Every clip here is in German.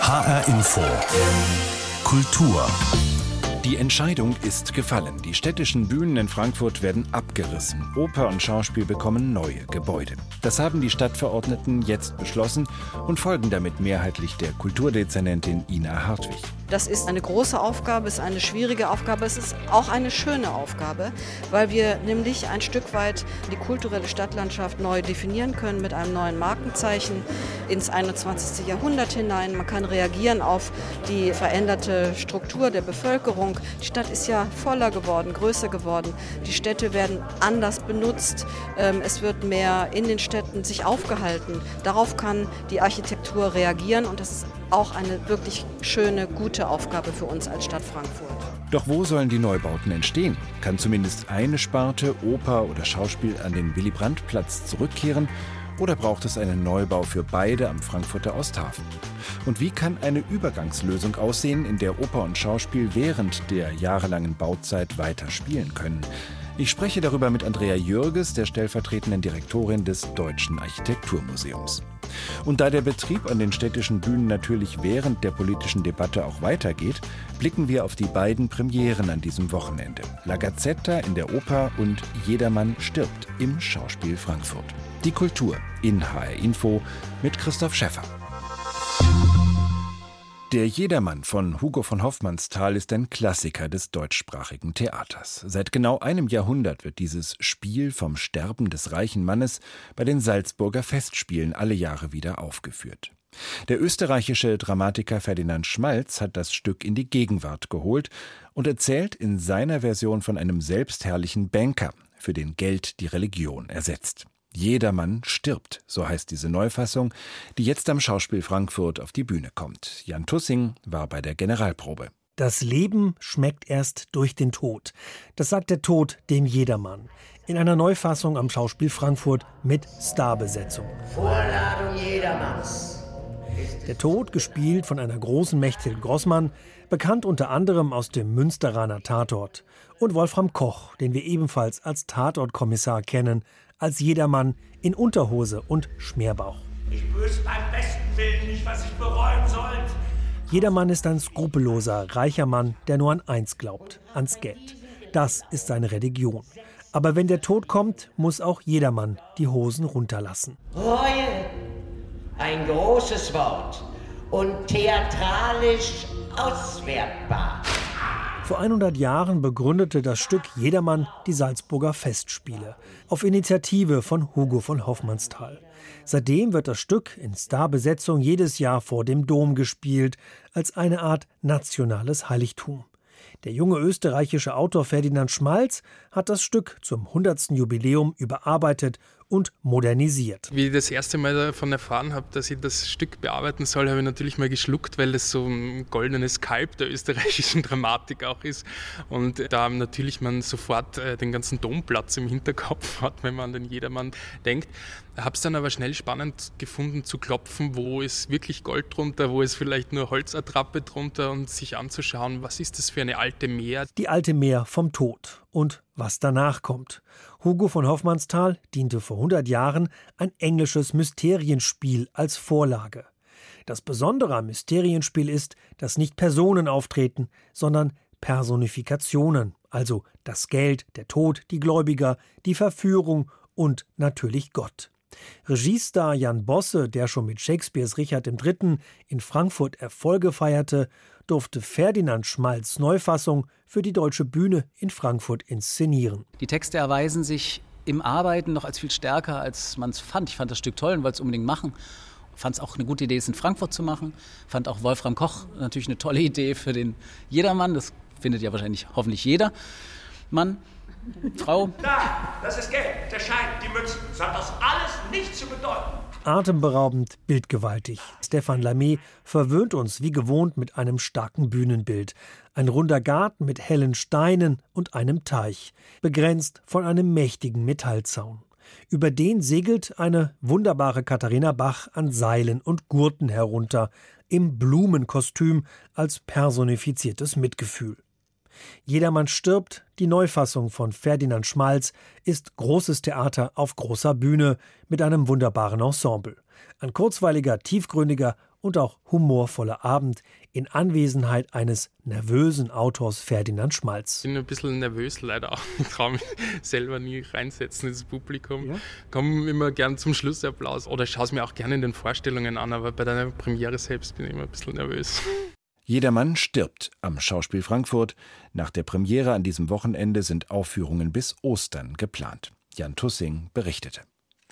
HR Info Kultur. Die Entscheidung ist gefallen. Die städtischen Bühnen in Frankfurt werden abgerissen. Oper und Schauspiel bekommen neue Gebäude. Das haben die Stadtverordneten jetzt beschlossen und folgen damit mehrheitlich der Kulturdezernentin Ina Hartwig. Das ist eine große Aufgabe, es ist eine schwierige Aufgabe, es ist auch eine schöne Aufgabe, weil wir nämlich ein Stück weit die kulturelle Stadtlandschaft neu definieren können mit einem neuen Markenzeichen ins 21. Jahrhundert hinein. Man kann reagieren auf die veränderte Struktur der Bevölkerung. Die Stadt ist ja voller geworden, größer geworden. Die Städte werden anders benutzt. Es wird mehr in den Städten sich aufgehalten. Darauf kann die Architektur reagieren und das ist auch eine wirklich schöne, gute Aufgabe für uns als Stadt Frankfurt. Doch wo sollen die Neubauten entstehen? Kann zumindest eine Sparte, Oper oder Schauspiel, an den Willy-Brandt-Platz zurückkehren? Oder braucht es einen Neubau für beide am Frankfurter Osthafen? Und wie kann eine Übergangslösung aussehen, in der Oper und Schauspiel während der jahrelangen Bauzeit weiter spielen können? Ich spreche darüber mit Andrea Jürges, der stellvertretenden Direktorin des Deutschen Architekturmuseums. Und da der Betrieb an den städtischen Bühnen natürlich während der politischen Debatte auch weitergeht, blicken wir auf die beiden Premieren an diesem Wochenende. La Gazzetta in der Oper und Jedermann stirbt im Schauspiel Frankfurt. Die Kultur in HR Info mit Christoph Schäffer. Der Jedermann von Hugo von Hofmannsthal ist ein Klassiker des deutschsprachigen Theaters. Seit genau einem Jahrhundert wird dieses Spiel vom Sterben des reichen Mannes bei den Salzburger Festspielen alle Jahre wieder aufgeführt. Der österreichische Dramatiker Ferdinand Schmalz hat das Stück in die Gegenwart geholt und erzählt in seiner Version von einem selbstherrlichen Banker, für den Geld die Religion ersetzt. Jedermann stirbt, so heißt diese Neufassung, die jetzt am Schauspiel Frankfurt auf die Bühne kommt. Jan Tussing war bei der Generalprobe. Das Leben schmeckt erst durch den Tod. Das sagt der Tod dem Jedermann. In einer Neufassung am Schauspiel Frankfurt mit Starbesetzung. Vorladung Jedermanns. Der Tod, gespielt von einer großen Mechthild Grossmann, bekannt unter anderem aus dem Münsteraner Tatort. Und Wolfram Koch, den wir ebenfalls als Tatortkommissar kennen, als Jedermann in Unterhose und Schmerbauch. Ich wüsste beim besten Willen nicht, was ich bereuen sollte. Jedermann ist ein skrupelloser, reicher Mann, der nur an eins glaubt, ans Geld. Das ist seine Religion. Aber wenn der Tod kommt, muss auch Jedermann die Hosen runterlassen. Reue, ein großes Wort und theatralisch auswertbar. Vor 100 Jahren begründete das Stück Jedermann die Salzburger Festspiele auf Initiative von Hugo von Hofmannsthal. Seitdem wird das Stück in Starbesetzung jedes Jahr vor dem Dom gespielt, als eine Art nationales Heiligtum. Der junge österreichische Autor Ferdinand Schmalz hat das Stück zum 100. Jubiläum überarbeitet und modernisiert. Wie ich das erste Mal davon erfahren habe, dass ich das Stück bearbeiten soll, habe ich natürlich mal geschluckt, weil das so ein goldenes Kalb der österreichischen Dramatik auch ist. Und da natürlich man sofort den ganzen Domplatz im Hinterkopf hat, wenn man an den Jedermann denkt. Habe es dann aber schnell spannend gefunden zu klopfen, wo ist wirklich Gold drunter, wo ist vielleicht nur Holzattrappe drunter und sich anzuschauen, was ist das für eine alte Mär. Die alte Mär vom Tod und was danach kommt. Hugo von Hofmannsthal diente vor 100 Jahren ein englisches Mysterienspiel als Vorlage. Das Besondere am Mysterienspiel ist, dass nicht Personen auftreten, sondern Personifikationen, also das Geld, der Tod, die Gläubiger, die Verführung und natürlich Gott. Regiestar Jan Bosse, der schon mit Shakespeares Richard III. In Frankfurt Erfolge feierte, durfte Ferdinand Schmalz' Neufassung für die Deutsche Bühne in Frankfurt inszenieren. Die Texte erweisen sich im Arbeiten noch als viel stärker, als man es fand. Ich fand das Stück toll und wollte es unbedingt machen. Fand es auch eine gute Idee, es in Frankfurt zu machen. Fand auch Wolfram Koch natürlich eine tolle Idee für den Jedermann. Das findet ja wahrscheinlich hoffentlich jeder Mann. Frau? Da, das ist Geld, der Schein, die Mützen. Das hat das alles nichts zu bedeuten. Atemberaubend, bildgewaltig. Stefan Lamé verwöhnt uns wie gewohnt mit einem starken Bühnenbild. Ein runder Garten mit hellen Steinen und einem Teich, begrenzt von einem mächtigen Metallzaun. Über den segelt eine wunderbare Katharina Bach an Seilen und Gurten herunter, im Blumenkostüm als personifiziertes Mitgefühl. Jedermann stirbt, die Neufassung von Ferdinand Schmalz, ist großes Theater auf großer Bühne mit einem wunderbaren Ensemble. Ein kurzweiliger, tiefgründiger und auch humorvoller Abend in Anwesenheit eines nervösen Autors Ferdinand Schmalz. Ich bin ein bisschen nervös, leider auch. Ich traue mich selber nie reinsetzen ins Publikum. Ja? Komme immer gern zum Schlussapplaus oder schaue es mir auch gerne in den Vorstellungen an, aber bei der Premiere selbst bin ich immer ein bisschen nervös. Jedermann stirbt am Schauspiel Frankfurt. Nach der Premiere an diesem Wochenende sind Aufführungen bis Ostern geplant. Jan Tussing berichtete.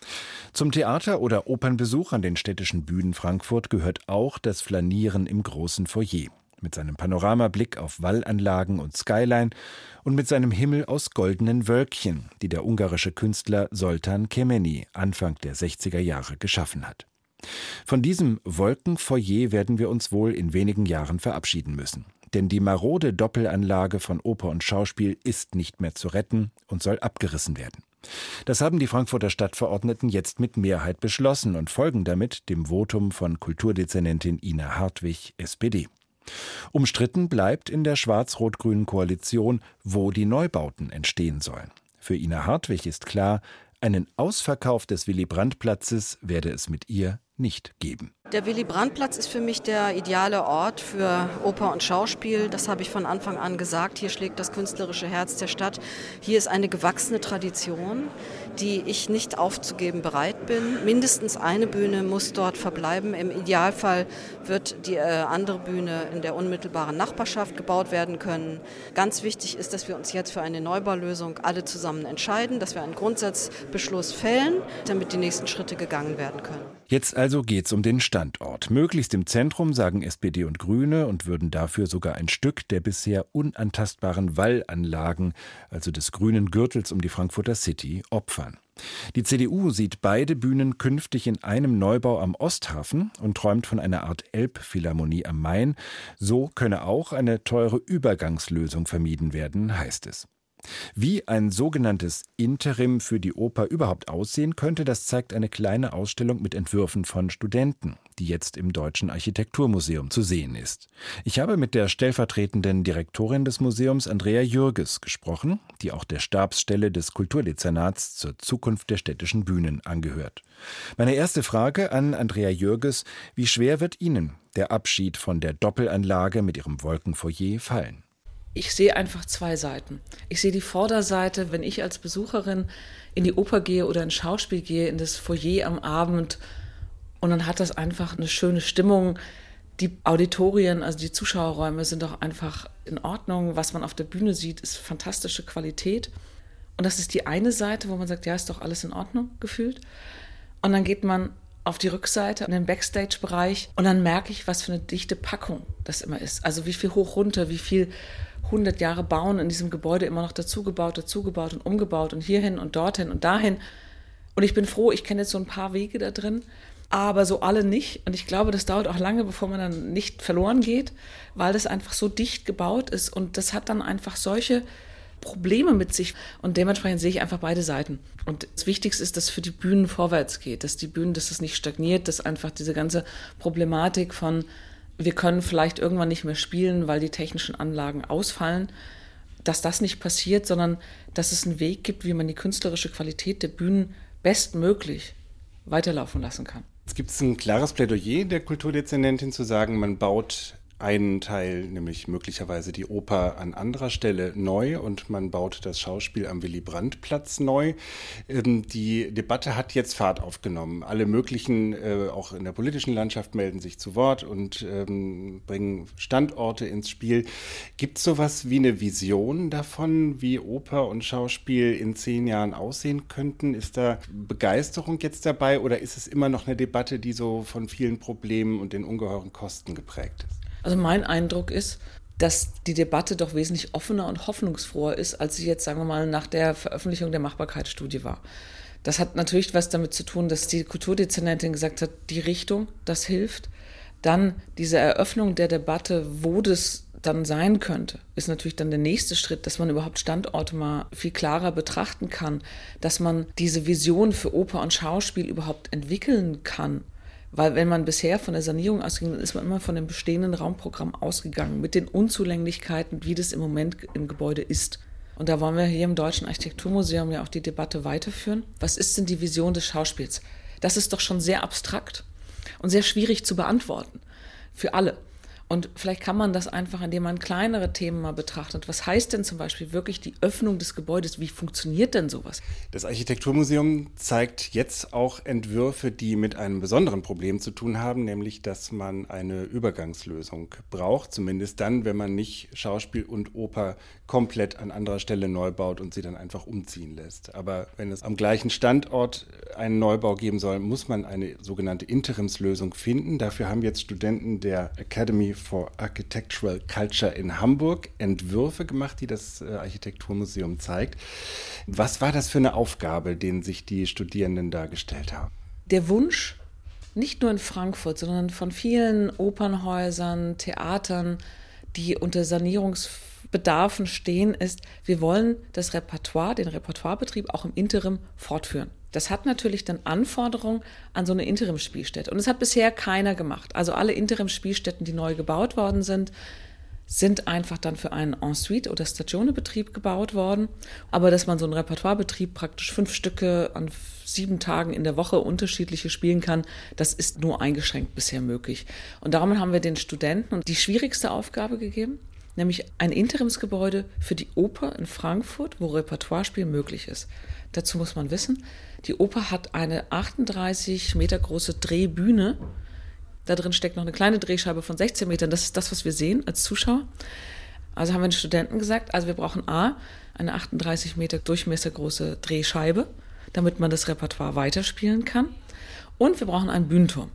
Zum Theater- oder Opernbesuch an den städtischen Bühnen Frankfurt gehört auch das Flanieren im großen Foyer. Mit seinem Panoramablick auf Wallanlagen und Skyline und mit seinem Himmel aus goldenen Wölkchen, die der ungarische Künstler Zoltán Kemeny Anfang der 60er Jahre geschaffen hat. Von diesem Wolkenfoyer werden wir uns wohl in wenigen Jahren verabschieden müssen. Denn die marode Doppelanlage von Oper und Schauspiel ist nicht mehr zu retten und soll abgerissen werden. Das haben die Frankfurter Stadtverordneten jetzt mit Mehrheit beschlossen und folgen damit dem Votum von Kulturdezernentin Ina Hartwig, SPD. Umstritten bleibt in der schwarz-rot-grünen Koalition, wo die Neubauten entstehen sollen. Für Ina Hartwig ist klar, einen Ausverkauf des Willy-Brandt-Platzes werde es mit ihr nicht geben. Der Willy-Brandt-Platz ist für mich der ideale Ort für Oper und Schauspiel. Das habe ich von Anfang an gesagt. Hier schlägt das künstlerische Herz der Stadt. Hier ist eine gewachsene Tradition, die ich nicht aufzugeben bereit bin. Mindestens eine Bühne muss dort verbleiben. Im Idealfall wird die andere Bühne in der unmittelbaren Nachbarschaft gebaut werden können. Ganz wichtig ist, dass wir uns jetzt für eine Neubaulösung alle zusammen entscheiden, dass wir einen Grundsatzbeschluss fällen, damit die nächsten Schritte gegangen werden können. Jetzt also geht's um den Standort. Möglichst im Zentrum, sagen SPD und Grüne, und würden dafür sogar ein Stück der bisher unantastbaren Wallanlagen, also des grünen Gürtels um die Frankfurter City, opfern. Die CDU sieht beide Bühnen künftig in einem Neubau am Osthafen und träumt von einer Art Elbphilharmonie am Main. So könne auch eine teure Übergangslösung vermieden werden, heißt es. Wie ein sogenanntes Interim für die Oper überhaupt aussehen könnte, das zeigt eine kleine Ausstellung mit Entwürfen von Studenten, die jetzt im Deutschen Architekturmuseum zu sehen ist. Ich habe mit der stellvertretenden Direktorin des Museums, Andrea Jürges, gesprochen, die auch der Stabsstelle des Kulturdezernats zur Zukunft der städtischen Bühnen angehört. Meine erste Frage an Andrea Jürges: Wie schwer wird Ihnen der Abschied von der Doppelanlage mit ihrem Wolkenfoyer fallen? Ich sehe einfach zwei Seiten. Ich sehe die Vorderseite, wenn ich als Besucherin in die Oper gehe oder ins Schauspiel gehe, in das Foyer am Abend, und dann hat das einfach eine schöne Stimmung. Die Auditorien, also die Zuschauerräume sind doch einfach in Ordnung. Was man auf der Bühne sieht, ist fantastische Qualität. Und das ist die eine Seite, wo man sagt, ja, ist doch alles in Ordnung gefühlt. Und dann geht man auf die Rückseite, in den Backstage-Bereich, und dann merke ich, was für eine dichte Packung das immer ist. Also wie viel hoch runter, wie viel 100 Jahre Bauen in diesem Gebäude immer noch dazugebaut und umgebaut und hierhin und dorthin und dahin. Und ich bin froh, ich kenne jetzt so ein paar Wege da drin, aber so alle nicht. Und ich glaube, das dauert auch lange, bevor man dann nicht verloren geht, weil das einfach so dicht gebaut ist. Und das hat dann einfach solche Probleme mit sich. Und dementsprechend sehe ich einfach beide Seiten. Und das Wichtigste ist, dass für die Bühnen vorwärts geht, dass es nicht stagniert, dass einfach diese ganze Problematik von wir können vielleicht irgendwann nicht mehr spielen, weil die technischen Anlagen ausfallen, dass das nicht passiert, sondern dass es einen Weg gibt, wie man die künstlerische Qualität der Bühnen bestmöglich weiterlaufen lassen kann. Es gibt ein klares Plädoyer der Kulturdezernentin zu sagen, man baut einen Teil, nämlich möglicherweise die Oper an anderer Stelle neu, und man baut das Schauspiel am Willy-Brandt-Platz neu. Die Debatte hat jetzt Fahrt aufgenommen. Alle möglichen, auch in der politischen Landschaft, melden sich zu Wort und bringen Standorte ins Spiel. Gibt es sowas wie eine Vision davon, wie Oper und Schauspiel in 10 Jahren aussehen könnten? Ist da Begeisterung jetzt dabei, oder ist es immer noch eine Debatte, die so von vielen Problemen und den ungeheuren Kosten geprägt ist? Also mein Eindruck ist, dass die Debatte doch wesentlich offener und hoffnungsfroher ist, als sie jetzt, sagen wir mal, nach der Veröffentlichung der Machbarkeitsstudie war. Das hat natürlich was damit zu tun, dass die Kulturdezernentin gesagt hat, die Richtung, das hilft. Dann diese Eröffnung der Debatte, wo das dann sein könnte, ist natürlich dann der nächste Schritt, dass man überhaupt Standorte mal viel klarer betrachten kann, dass man diese Vision für Oper und Schauspiel überhaupt entwickeln kann. Weil wenn man bisher von der Sanierung ausging, dann ist man immer von dem bestehenden Raumprogramm ausgegangen, mit den Unzulänglichkeiten, wie das im Moment im Gebäude ist. Und da wollen wir hier im Deutschen Architekturmuseum ja auch die Debatte weiterführen. Was ist denn die Vision des Schauspiels? Das ist doch schon sehr abstrakt. und sehr schwierig zu beantworten für alle. Und vielleicht kann man das einfach, indem man kleinere Themen mal betrachtet. Was heißt denn zum Beispiel wirklich die Öffnung des Gebäudes? Wie funktioniert denn sowas? Das Architekturmuseum zeigt jetzt auch Entwürfe, die mit einem besonderen Problem zu tun haben, nämlich, dass man eine Übergangslösung braucht. Zumindest dann, wenn man nicht Schauspiel und Oper komplett an anderer Stelle neu baut und sie dann einfach umziehen lässt. Aber wenn es am gleichen Standort einen Neubau geben soll, muss man eine sogenannte Interimslösung finden. Dafür haben jetzt Studenten der Academy for Architectural Culture in Hamburg Entwürfe gemacht, die das Architekturmuseum zeigt. Was war das für eine Aufgabe, den sich die Studierenden da gestellt haben? Der Wunsch, nicht nur in Frankfurt, sondern von vielen Opernhäusern, Theatern, die unter Sanierungsbedarfen stehen, ist, wir wollen das Repertoire, den Repertoirebetrieb auch im Interim fortführen. Das hat natürlich dann Anforderungen an so eine Interimsspielstätte. Und das hat bisher keiner gemacht. Also alle Interimsspielstätten, die neu gebaut worden sind einfach dann für einen Ensuite- oder Stagionebetrieb gebaut worden. Aber dass man so einen Repertoirebetrieb praktisch 5 Stücke an 7 Tagen in der Woche unterschiedliche spielen kann, das ist nur eingeschränkt bisher möglich. Und darum haben wir den Studenten die schwierigste Aufgabe gegeben, nämlich ein Interimsgebäude für die Oper in Frankfurt, wo Repertoirespiel möglich ist. Dazu muss man wissen, die Oper hat eine 38 Meter große Drehbühne. Da drin steckt noch eine kleine Drehscheibe von 16 Metern. Das ist das, was wir sehen als Zuschauer. Also haben wir den Studenten gesagt, also wir brauchen eine 38 Meter Durchmesser große Drehscheibe, damit man das Repertoire weiterspielen kann. Und wir brauchen einen Bühnenturm.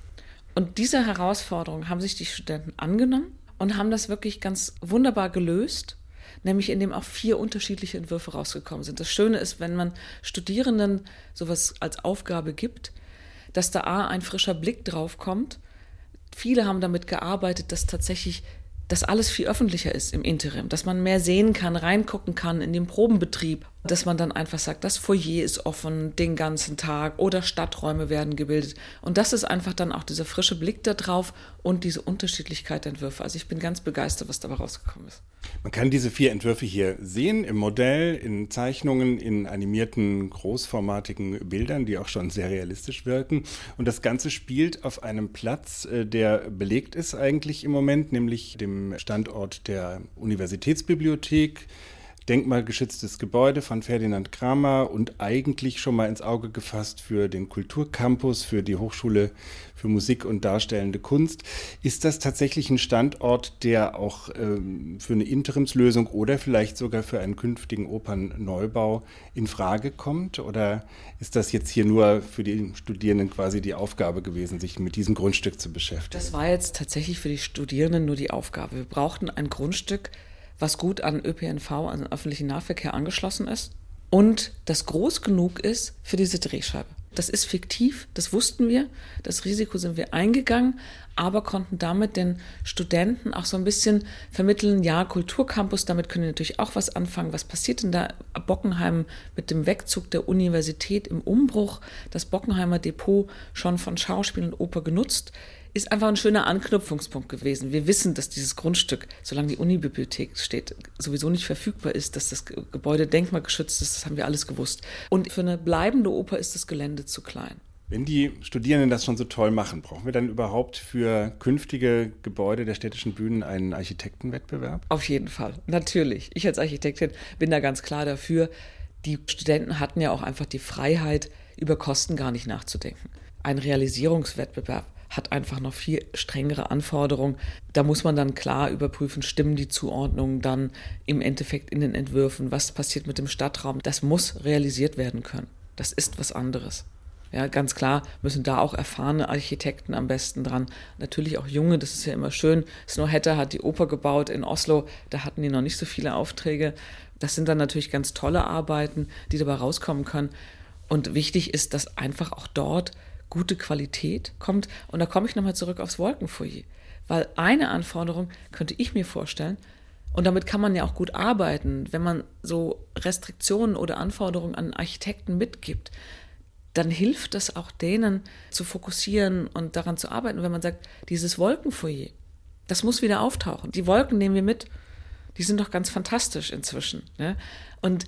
Und diese Herausforderung haben sich die Studenten angenommen und haben das wirklich ganz wunderbar gelöst, nämlich indem auch 4 unterschiedliche Entwürfe rausgekommen sind. Das Schöne ist, wenn man Studierenden sowas als Aufgabe gibt, dass da ein frischer Blick drauf kommt. Viele haben damit gearbeitet, dass tatsächlich das alles viel öffentlicher ist im Interim, dass man mehr sehen kann, reingucken kann in den Probenbetrieb, dass man dann einfach sagt, das Foyer ist offen den ganzen Tag oder Stadträume werden gebildet. Und das ist einfach dann auch dieser frische Blick da drauf und diese Unterschiedlichkeit der Entwürfe. Also ich bin ganz begeistert, was dabei rausgekommen ist. Man kann diese 4 Entwürfe hier sehen, im Modell, in Zeichnungen, in animierten, großformatigen Bildern, die auch schon sehr realistisch wirken. Und das Ganze spielt auf einem Platz, der belegt ist eigentlich im Moment, nämlich dem Standort der Universitätsbibliothek. Denkmalgeschütztes Gebäude von Ferdinand Kramer und eigentlich schon mal ins Auge gefasst für den Kulturcampus, für die Hochschule für Musik und Darstellende Kunst. Ist das tatsächlich ein Standort, der auch für eine Interimslösung oder vielleicht sogar für einen künftigen Opernneubau in Frage kommt? Oder ist das jetzt hier nur für die Studierenden quasi die Aufgabe gewesen, sich mit diesem Grundstück zu beschäftigen? Das war jetzt tatsächlich für die Studierenden nur die Aufgabe. Wir brauchten ein Grundstück, was gut an ÖPNV, an den öffentlichen Nahverkehr angeschlossen ist und das groß genug ist für diese Drehscheibe. Das ist fiktiv, das wussten wir, das Risiko sind wir eingegangen, aber konnten damit den Studenten auch so ein bisschen vermitteln, ja, Kulturcampus, damit können wir natürlich auch was anfangen. Was passiert denn da Bockenheim mit dem Wegzug der Universität im Umbruch? Das Bockenheimer Depot schon von Schauspiel und Oper genutzt, ist einfach ein schöner Anknüpfungspunkt gewesen. Wir wissen, dass dieses Grundstück, solange die Unibibliothek steht, sowieso nicht verfügbar ist, dass das Gebäude denkmalgeschützt ist, das haben wir alles gewusst. Und für eine bleibende Oper ist das Gelände zu klein. Wenn die Studierenden das schon so toll machen, brauchen wir dann überhaupt für künftige Gebäude der städtischen Bühnen einen Architektenwettbewerb? Auf jeden Fall, natürlich. Ich als Architektin bin da ganz klar dafür. Die Studenten hatten ja auch einfach die Freiheit, über Kosten gar nicht nachzudenken. Ein Realisierungswettbewerb hat einfach noch viel strengere Anforderungen. Da muss man dann klar überprüfen, stimmen die Zuordnungen dann im Endeffekt in den Entwürfen, was passiert mit dem Stadtraum. Das muss realisiert werden können. Das ist was anderes. Ja, ganz klar müssen da auch erfahrene Architekten am besten dran. Natürlich auch junge, das ist ja immer schön. Snow Hatter hat die Oper gebaut in Oslo, da hatten die noch nicht so viele Aufträge. Das sind dann natürlich ganz tolle Arbeiten, die dabei rauskommen können. Und wichtig ist, dass einfach auch dort gute Qualität kommt. Und da komme ich nochmal zurück aufs Wolkenfoyer. Weil eine Anforderung könnte ich mir vorstellen, und damit kann man ja auch gut arbeiten, wenn man so Restriktionen oder Anforderungen an Architekten mitgibt, dann hilft es auch denen zu fokussieren und daran zu arbeiten, wenn man sagt, dieses Wolkenfoyer, das muss wieder auftauchen. Die Wolken nehmen wir mit, die sind doch ganz fantastisch inzwischen. Ne? Und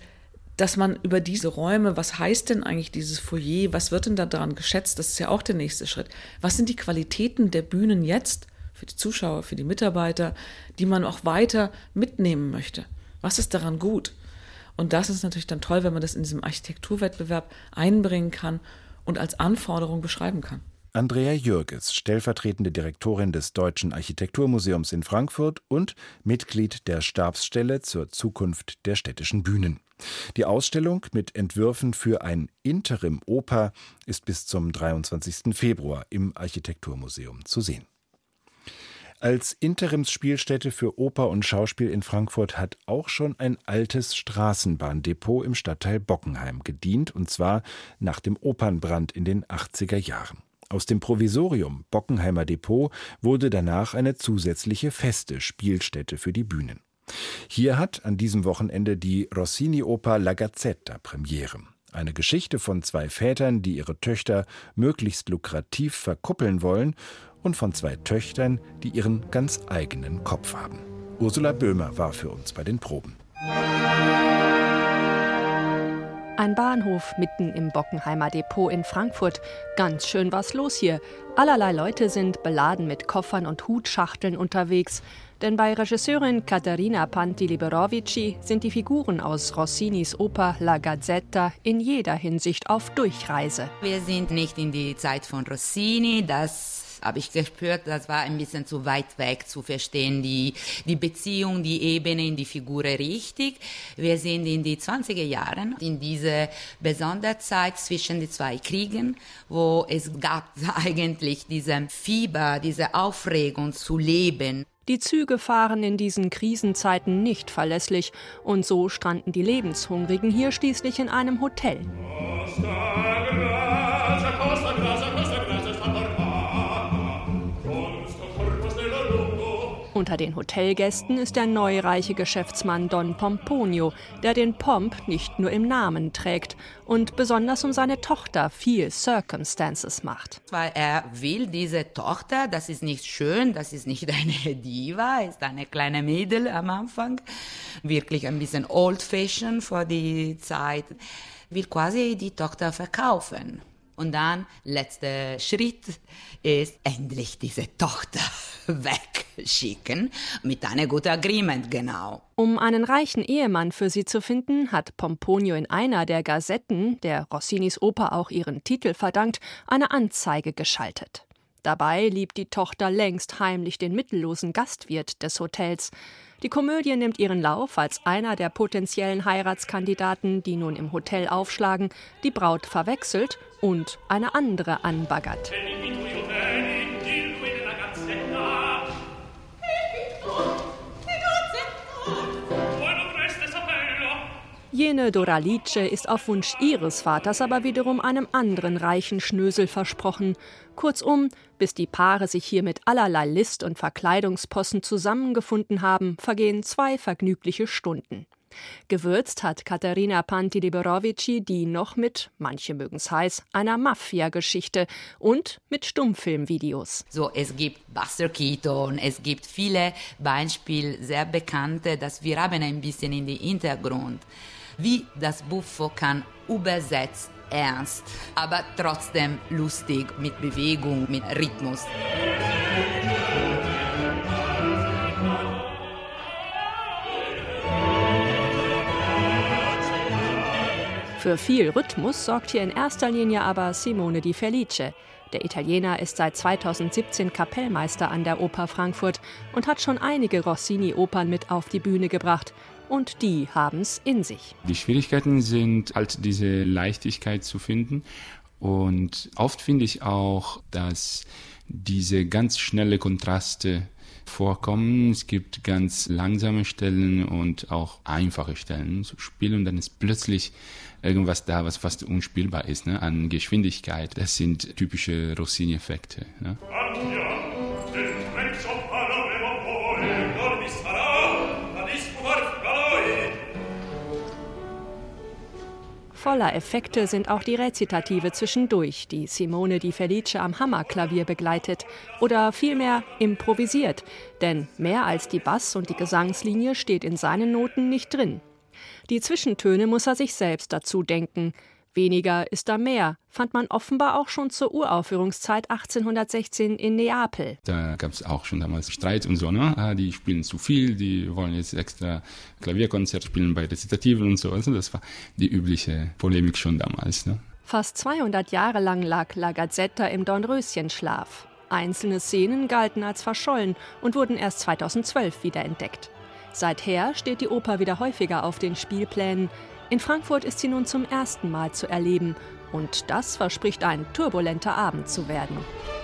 dass man über diese Räume, was heißt denn eigentlich dieses Foyer, was wird denn da dran geschätzt, das ist ja auch der nächste Schritt. Was sind die Qualitäten der Bühnen jetzt für die Zuschauer, für die Mitarbeiter, die man auch weiter mitnehmen möchte? Was ist daran gut? Und das ist natürlich dann toll, wenn man das in diesem Architekturwettbewerb einbringen kann und als Anforderung beschreiben kann. Andrea Jürges, stellvertretende Direktorin des Deutschen Architekturmuseums in Frankfurt und Mitglied der Stabsstelle zur Zukunft der städtischen Bühnen. Die Ausstellung mit Entwürfen für ein Interim-Oper ist bis zum 23. Februar im Architekturmuseum zu sehen. Als Interimsspielstätte für Oper und Schauspiel in Frankfurt hat auch schon ein altes Straßenbahndepot im Stadtteil Bockenheim gedient, und zwar nach dem Opernbrand in den 80er Jahren. Aus dem Provisorium Bockenheimer Depot wurde danach eine zusätzliche feste Spielstätte für die Bühnen. Hier hat an diesem Wochenende die Rossini-Oper La Gazzetta Premiere. Eine Geschichte von zwei Vätern, die ihre Töchter möglichst lukrativ verkuppeln wollen, und von zwei Töchtern, die ihren ganz eigenen Kopf haben. Ursula Böhmer war für uns bei den Proben. Ein Bahnhof mitten im Bockenheimer Depot in Frankfurt. Ganz schön was los hier. Allerlei Leute sind beladen mit Koffern und Hutschachteln unterwegs. Denn bei Regisseurin Caterina Panti-Liberovici sind die Figuren aus Rossinis Oper La Gazzetta in jeder Hinsicht auf Durchreise. Wir sind nicht in die Zeit von Rossini, das habe ich gespürt, das war ein bisschen zu weit weg zu verstehen, die Beziehung, die Ebene in die Figur richtig. Wir sind in die 20er Jahren, in diese Besonderzeit zwischen den zwei Kriegen, wo es gab eigentlich diesen Fieber, diese Aufregung zu leben. Die Züge fahren in diesen Krisenzeiten nicht verlässlich und so stranden die Lebenshungrigen hier schließlich in einem Hotel. Unter den Hotelgästen ist der neureiche Geschäftsmann Don Pomponio, der den Pomp nicht nur im Namen trägt und besonders um seine Tochter viel Circumstances macht. Weil er will diese Tochter, das ist nicht schön, das ist nicht eine Diva, ist eine kleine Mädel am Anfang, wirklich ein bisschen old-fashioned vor die Zeit, will quasi die Tochter verkaufen. Und dann, letzter Schritt ist endlich diese Tochter wegschicken, mit einem guten Agreement, genau. Um einen reichen Ehemann für sie zu finden, hat Pomponio in einer der Gazetten, der Rossinis Oper auch ihren Titel verdankt, eine Anzeige geschaltet. Dabei liebt die Tochter längst heimlich den mittellosen Gastwirt des Hotels. Die Komödie nimmt ihren Lauf, als einer der potenziellen Heiratskandidaten, die nun im Hotel aufschlagen, die Braut verwechselt und eine andere anbaggert. Jene Doralice ist auf Wunsch ihres Vaters aber wiederum einem anderen reichen Schnösel versprochen. Kurzum, bis die Paare sich hier mit allerlei List und Verkleidungspossen zusammengefunden haben, vergehen 2 vergnügliche Stunden. Gewürzt hat Caterina Panti-Liberovici die noch mit, manche mögen's heiß, einer Mafia-Geschichte und mit Stummfilmvideos. So, es gibt Buster Keaton, es gibt viele Beispiele, sehr bekannte, dass wir haben ein bisschen in den Hintergrund, wie das Buffo kann übersetzt, ernst, aber trotzdem lustig, mit Bewegung, mit Rhythmus. Für viel Rhythmus sorgt hier in erster Linie aber Simone Di Felice. Der Italiener ist seit 2017 Kapellmeister an der Oper Frankfurt und hat schon einige Rossini-Opern mit auf die Bühne gebracht. Und die haben's in sich. Die Schwierigkeiten sind halt diese Leichtigkeit zu finden. Und oft finde ich auch, dass diese ganz schnelle Kontraste vorkommen. Es gibt ganz langsame Stellen und auch einfache Stellen zu spielen und dann ist plötzlich irgendwas da, was fast unspielbar ist, ne? An Geschwindigkeit. Das sind typische Rossini-Effekte. Ne? Voller Effekte sind auch die Rezitative zwischendurch, die Simone Di Felice am Hammerklavier begleitet oder vielmehr improvisiert, denn mehr als die Bass- und die Gesangslinie steht in seinen Noten nicht drin. Die Zwischentöne muss er sich selbst dazu denken. Weniger ist da mehr, fand man offenbar auch schon zur Uraufführungszeit 1816 in Neapel. Da gab es auch schon damals Streit und so, ne? Die spielen zu viel, die wollen jetzt extra Klavierkonzert spielen bei Rezitativen und so. Also das war die übliche Polemik schon damals, ne? Fast 200 Jahre lang lag La Gazzetta im Dornröschenschlaf. Einzelne Szenen galten als verschollen und wurden erst 2012 wiederentdeckt. Seither steht die Oper wieder häufiger auf den Spielplänen. In Frankfurt ist sie nun zum ersten Mal zu erleben. Und das verspricht ein turbulenter Abend zu werden.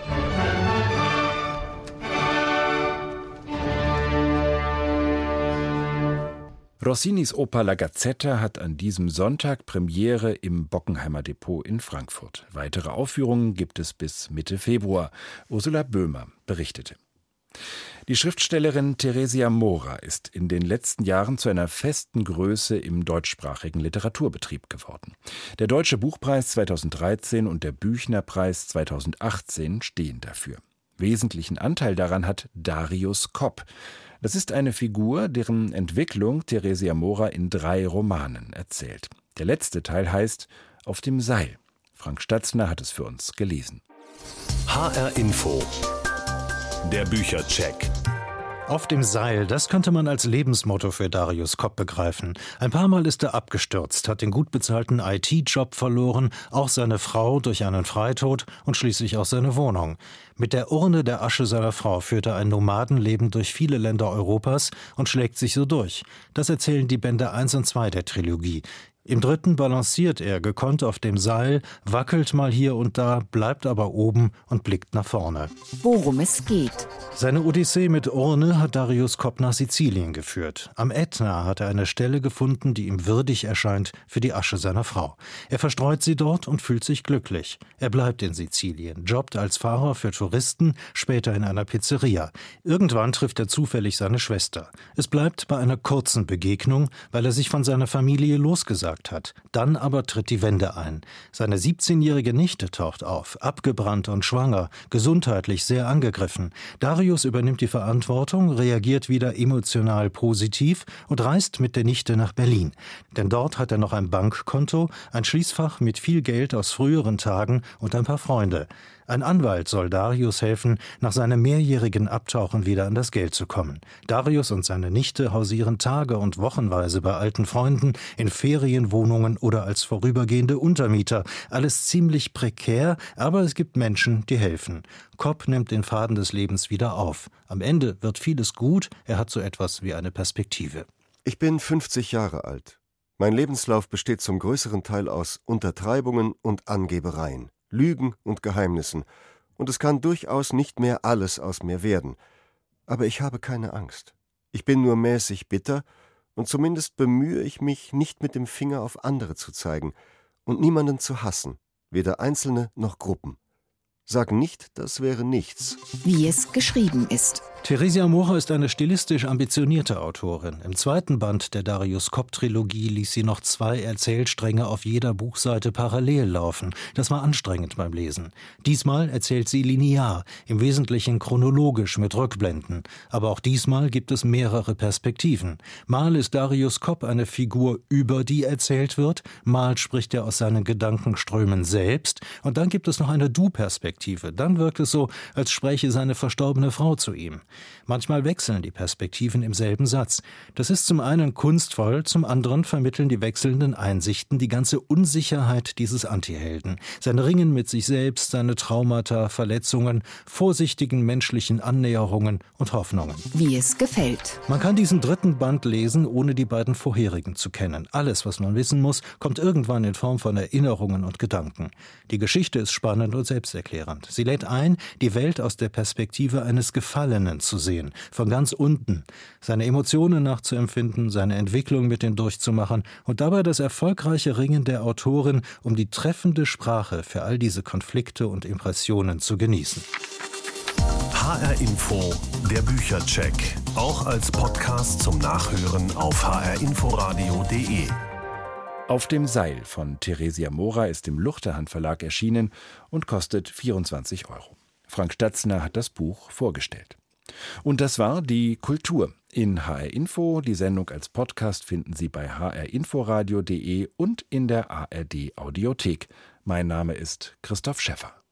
Rossinis Oper La Gazzetta hat an diesem Sonntag Premiere im Bockenheimer Depot in Frankfurt. Weitere Aufführungen gibt es bis Mitte Februar. Ursula Böhmer berichtete. Die Schriftstellerin Theresia Mora ist in den letzten Jahren zu einer festen Größe im deutschsprachigen Literaturbetrieb geworden. Der Deutsche Buchpreis 2013 und der Büchnerpreis 2018 stehen dafür. Wesentlichen Anteil daran hat Darius Kopp. Das ist eine Figur, deren Entwicklung Theresia Mora in 3 Romanen erzählt. Der letzte Teil heißt »Auf dem Seil«. Frank Statzner hat es für uns gelesen. HR Info. Der Büchercheck. Auf dem Seil, das könnte man als Lebensmotto für Darius Kopp begreifen. Ein paar Mal ist er abgestürzt, hat den gut bezahlten IT-Job verloren, auch seine Frau durch einen Freitod und schließlich auch seine Wohnung. Mit der Urne der Asche seiner Frau führt er ein Nomadenleben durch viele Länder Europas und schlägt sich so durch. Das erzählen die Bände 1 und 2 der Trilogie. Im 3. balanciert er gekonnt auf dem Seil, wackelt mal hier und da, bleibt aber oben und blickt nach vorne. Worum es geht. Seine Odyssee mit Urne hat Darius Kopp nach Sizilien geführt. Am Ätna hat er eine Stelle gefunden, die ihm würdig erscheint für die Asche seiner Frau. Er verstreut sie dort und fühlt sich glücklich. Er bleibt in Sizilien, jobbt als Fahrer für Touristen, später in einer Pizzeria. Irgendwann trifft er zufällig seine Schwester. Es bleibt bei einer kurzen Begegnung, weil er sich von seiner Familie losgesagt hat. Dann aber tritt die Wende ein. Seine 17-jährige Nichte taucht auf, abgebrannt und schwanger, gesundheitlich sehr angegriffen. Darius übernimmt die Verantwortung, reagiert wieder emotional positiv und reist mit der Nichte nach Berlin. Denn dort hat er noch ein Bankkonto, ein Schließfach mit viel Geld aus früheren Tagen und ein paar Freunde. Ein Anwalt soll Darius helfen, nach seinem mehrjährigen Abtauchen wieder an das Geld zu kommen. Darius und seine Nichte hausieren tage- und wochenweise bei alten Freunden, in Ferienwohnungen oder als vorübergehende Untermieter. Alles ziemlich prekär, aber es gibt Menschen, die helfen. Kopp nimmt den Faden des Lebens wieder auf. Am Ende wird vieles gut, er hat so etwas wie eine Perspektive. Ich bin 50 Jahre alt. Mein Lebenslauf besteht zum größeren Teil aus Untertreibungen und Angebereien. Lügen und Geheimnissen, und es kann durchaus nicht mehr alles aus mir werden. Aber ich habe keine Angst. Ich bin nur mäßig bitter, und zumindest bemühe ich mich, nicht mit dem Finger auf andere zu zeigen und niemanden zu hassen, weder Einzelne noch Gruppen. Sag nicht, das wäre nichts. Wie es geschrieben ist. Theresia Mora ist eine stilistisch ambitionierte Autorin. Im 2. Band der Darius-Kopp-Trilogie ließ sie noch 2 Erzählstränge auf jeder Buchseite parallel laufen. Das war anstrengend beim Lesen. Diesmal erzählt sie linear, im Wesentlichen chronologisch mit Rückblenden. Aber auch diesmal gibt es mehrere Perspektiven. Mal ist Darius Kopp eine Figur, über die erzählt wird, mal spricht er aus seinen Gedankenströmen selbst und dann gibt es noch eine Du-Perspektive. Dann wirkt es so, als spräche seine verstorbene Frau zu ihm. Manchmal wechseln die Perspektiven im selben Satz. Das ist zum einen kunstvoll, zum anderen vermitteln die wechselnden Einsichten die ganze Unsicherheit dieses Antihelden. Sein Ringen mit sich selbst, seine Traumata, Verletzungen, vorsichtigen menschlichen Annäherungen und Hoffnungen. Wie es gefällt. Man kann diesen 3. Band lesen, ohne die beiden vorherigen zu kennen. Alles, was man wissen muss, kommt irgendwann in Form von Erinnerungen und Gedanken. Die Geschichte ist spannend und selbsterklärend. Sie lädt ein, die Welt aus der Perspektive eines Gefallenen zu sehen, von ganz unten, seine Emotionen nachzuempfinden, seine Entwicklung mit ihnen durchzumachen und dabei das erfolgreiche Ringen der Autorin um die treffende Sprache für all diese Konflikte und Impressionen zu genießen. HR Info, der Büchercheck, auch als Podcast zum Nachhören auf hrinforadio.de. Auf dem Seil von Theresia Mora ist im Luchterhand Verlag erschienen und kostet 24 €. Frank Statzner hat das Buch vorgestellt. Und das war die Kultur in HR Info. Die Sendung als Podcast finden Sie bei hrinforadio.de und in der ARD Audiothek. Mein Name ist Christoph Schäffer.